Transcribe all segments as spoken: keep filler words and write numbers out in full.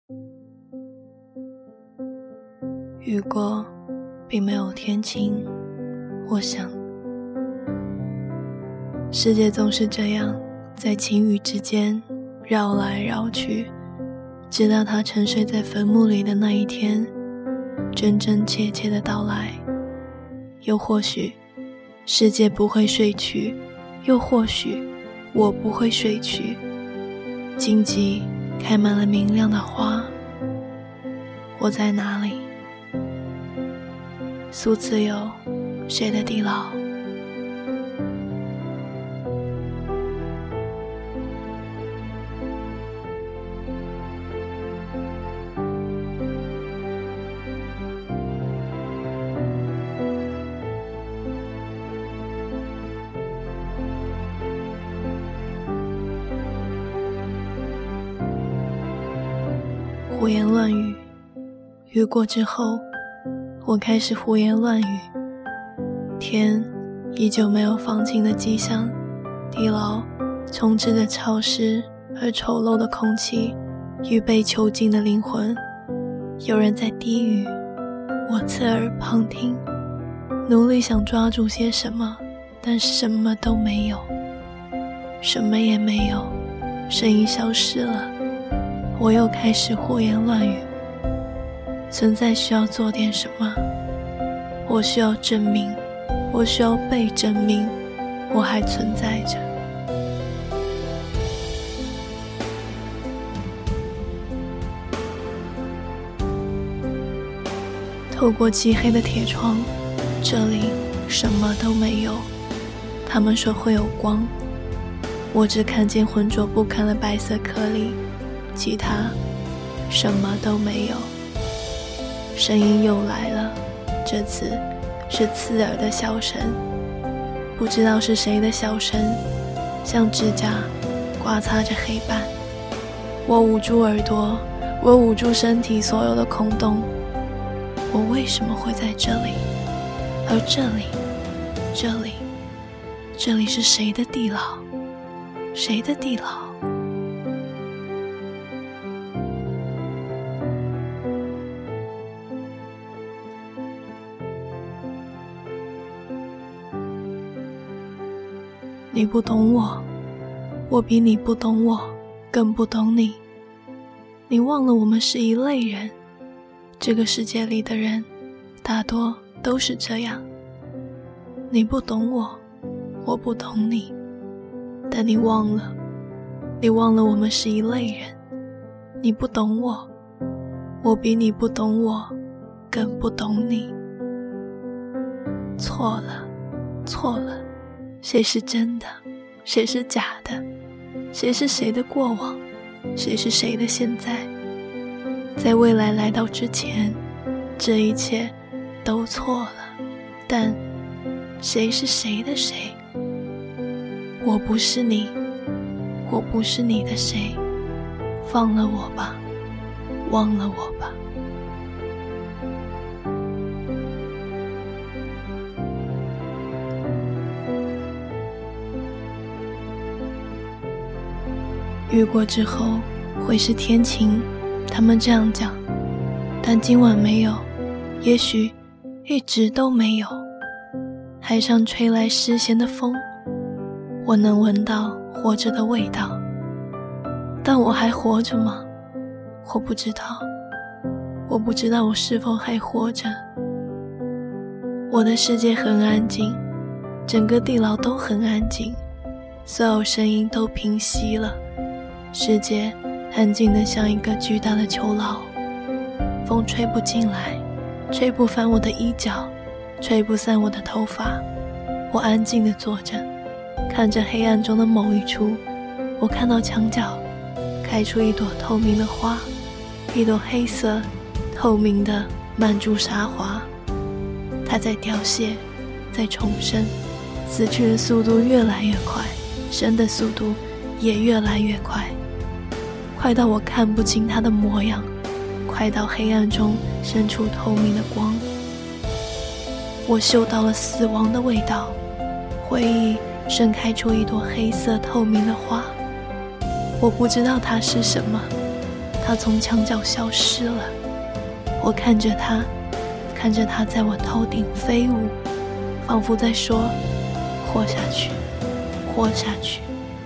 雨过并没有天晴，我想世界总是这样在晴雨之间绕来绕去，直到它沉睡在坟墓里的那一天真真切切的到来。又或许世界不会睡去，又或许我不会睡去。荆棘开满了明亮的花，我在哪里？苏自由，谁的地牢？胡言乱语，雨过之后我开始胡言乱语。天依旧没有放晴的迹象，地牢充斥着潮湿而丑陋的空气与被囚禁的灵魂。有人在低语，我侧耳旁听，努力想抓住些什么，但什么都没有，什么也没有，声音消失了。我又开始胡言乱语。存在需要做点什么，我需要证明，我需要被证明我还存在着。透过漆黑的铁窗，这里什么都没有。他们说会有光，我只看见浑浊不堪的白色颗粒，其他什么都没有。声音又来了，这次是刺耳的笑声，不知道是谁的笑声，像指甲刮擦着黑板。我捂住耳朵，我捂住身体所有的空洞。我为什么会在这里？而这里，这里，这里是谁的地牢？谁的地牢？你不懂我，我比你不懂我，更不懂你。你忘了我们是一类人，这个世界里的人大多都是这样。你不懂我，我不懂你，但你忘了，你忘了我们是一类人。你不懂我，我比你不懂我，更不懂你。错了，错了。谁是真的，谁是假的，谁是谁的过往，谁是谁的现在。在未来来到之前，这一切都错了，但谁是谁的谁？我不是你，我不是你的谁。放了我吧，忘了我吧。雨过之后会是天晴，他们这样讲，但今晚没有，也许一直都没有。海上吹来湿咸的风，我能闻到活着的味道，但我还活着吗？我不知道，我不知道我是否还活着。我的世界很安静，整个地牢都很安静，所有声音都平息了。世界安静得像一个巨大的囚牢，风吹不进来，吹不翻我的衣角，吹不散我的头发。我安静地坐着，看着黑暗中的某一处，我看到墙角开出一朵透明的花，一朵黑色透明的曼珠沙华。它在凋谢，在重生，死去的速度越来越快，生的速度也越来越快，快到我看不清它的模样，快到黑暗中伸出透明的光。我嗅到了死亡的味道，回忆盛开出一朵黑色透明的花。我不知道它是什么， 他从墙角消失了。我看着他，看着他在我头顶飞舞，仿佛在说：活下去，活下去。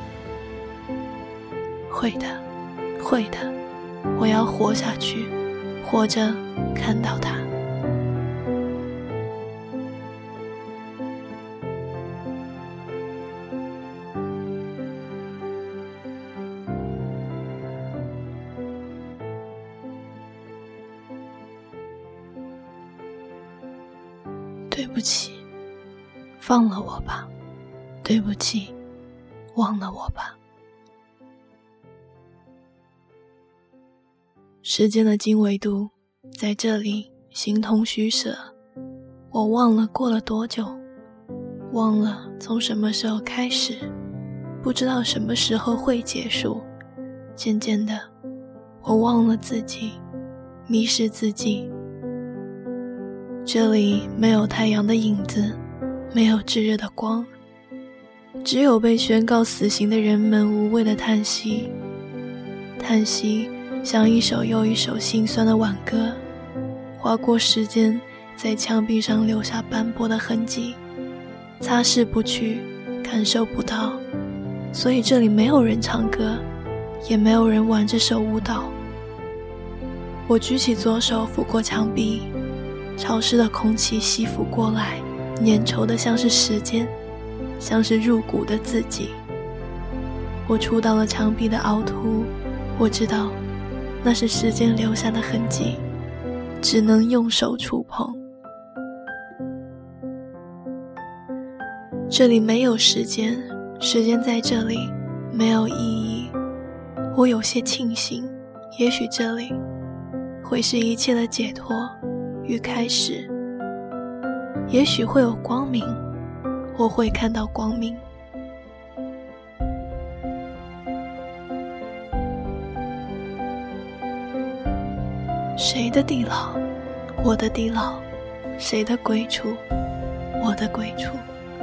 会的，会的，我要活下去，活着看到他。对不起，放了我吧。对不起，忘了我吧。时间的经纬度在这里形同虚设，我忘了过了多久，忘了从什么时候开始，不知道什么时候会结束。渐渐的，我忘了自己，迷失自己。这里没有太阳的影子，没有炙热的光，只有被宣告死刑的人们无谓的叹息。叹息像一首又一首心酸的挽歌，划过时间，在墙壁上留下斑驳的痕迹，擦拭不去，感受不到。所以这里没有人唱歌，也没有人玩这首舞蹈。我举起左手抚过墙壁，潮湿的空气吸附过来，粘稠的像是时间，像是入骨的自己。我触到了墙壁的凹凸，我知道那是时间留下的痕迹，只能用手触碰。这里没有时间，时间在这里没有意义。我有些庆幸，也许这里会是一切的解脱与开始，也许会有光明，我会看到光明。谁的地牢？我的地牢。谁的归处？我的归处。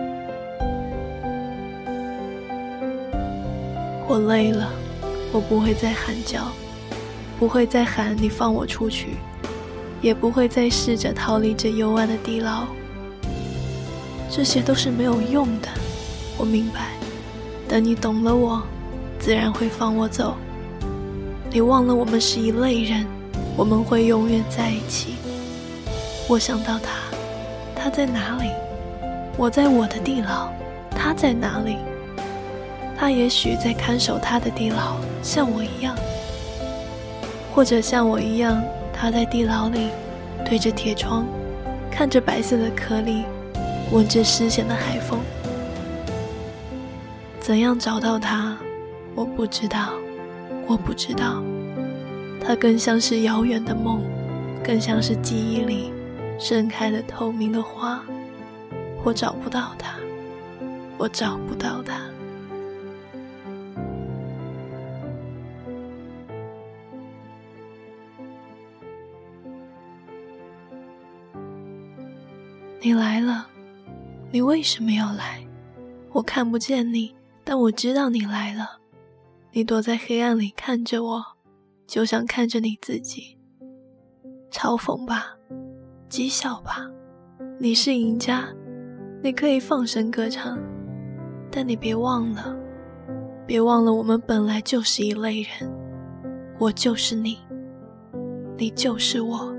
我累了，我不会再喊叫，不会再喊你放我出去，也不会再试着逃离这幽暗的地牢。这些都是没有用的，我明白。等你懂了我，自然会放我走。你忘了我们是一类人，我们会永远在一起。我想到他，他在哪里？我在我的地牢，他在哪里？他也许在看守他的地牢，像我一样，或者像我一样，他在地牢里对着铁窗，看着白色的颗粒，闻着湿咸的海风。怎样找到他？我不知道，我不知道。它更像是遥远的梦，更像是记忆里盛开的透明的花。我找不到它，我找不到它。你来了，你为什么要来？我看不见你，但我知道你来了。你躲在黑暗里看着我，就像看着你自己。嘲讽吧，讥笑吧，你是赢家，你可以放声歌唱，但你别忘了，别忘了我们本来就是一类人。我就是你，你就是我。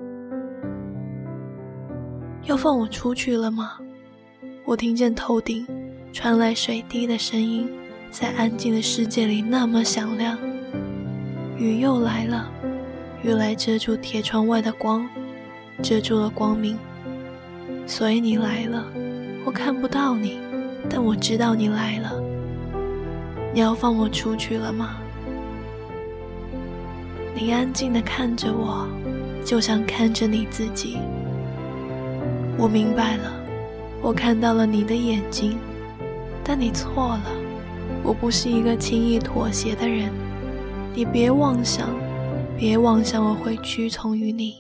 要放我出去了吗？我听见头顶传来水滴的声音，在安静的世界里那么响亮。雨又来了，雨来遮住铁窗外的光，遮住了光明。所以你来了，我看不到你，但我知道你来了。你要放我出去了吗？你安静地看着我，就像看着你自己。我明白了，我看到了你的眼睛，但你错了，我不是一个轻易妥协的人。你别妄想，别妄想我会屈从于你。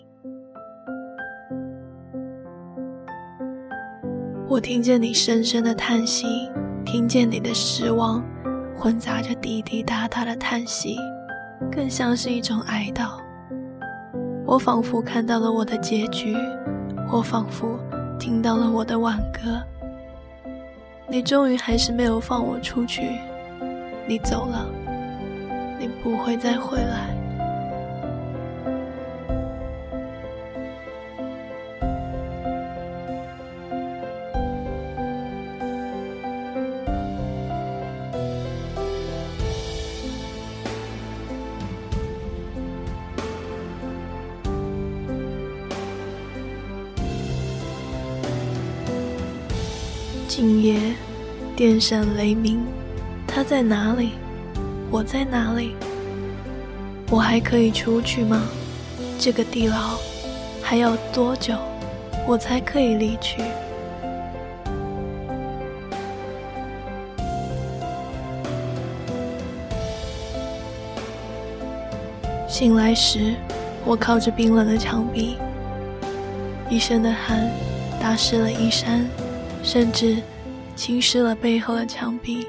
我听见你深深的叹息，听见你的失望混杂着滴滴答答的叹息， 更像是一种哀悼。我仿佛看到了我的结局，我仿佛听到了我的挽歌。你终于还是没有放我出去，你走了，你不会再回来。今夜电闪雷鸣，他在哪里？我在哪里？我还可以出去吗？这个地牢还要多久我才可以离去？醒来时，我靠着冰冷的墙壁，一身的汗打湿了衣衫，甚至侵蚀了背后的墙壁，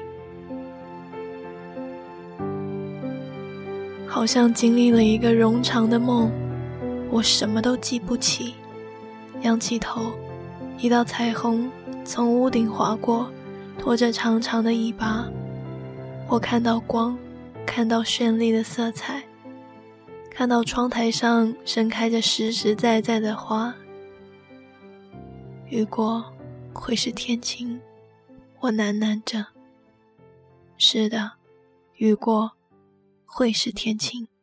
好像经历了一个冗长的梦。我什么都记不起，仰起头，一道彩虹从屋顶划过，拖着长长的尾巴。我看到光，看到绚丽的色彩，看到窗台上盛开着实实在在的花。雨过会是天晴，我喃喃着。是的，雨过会是天晴。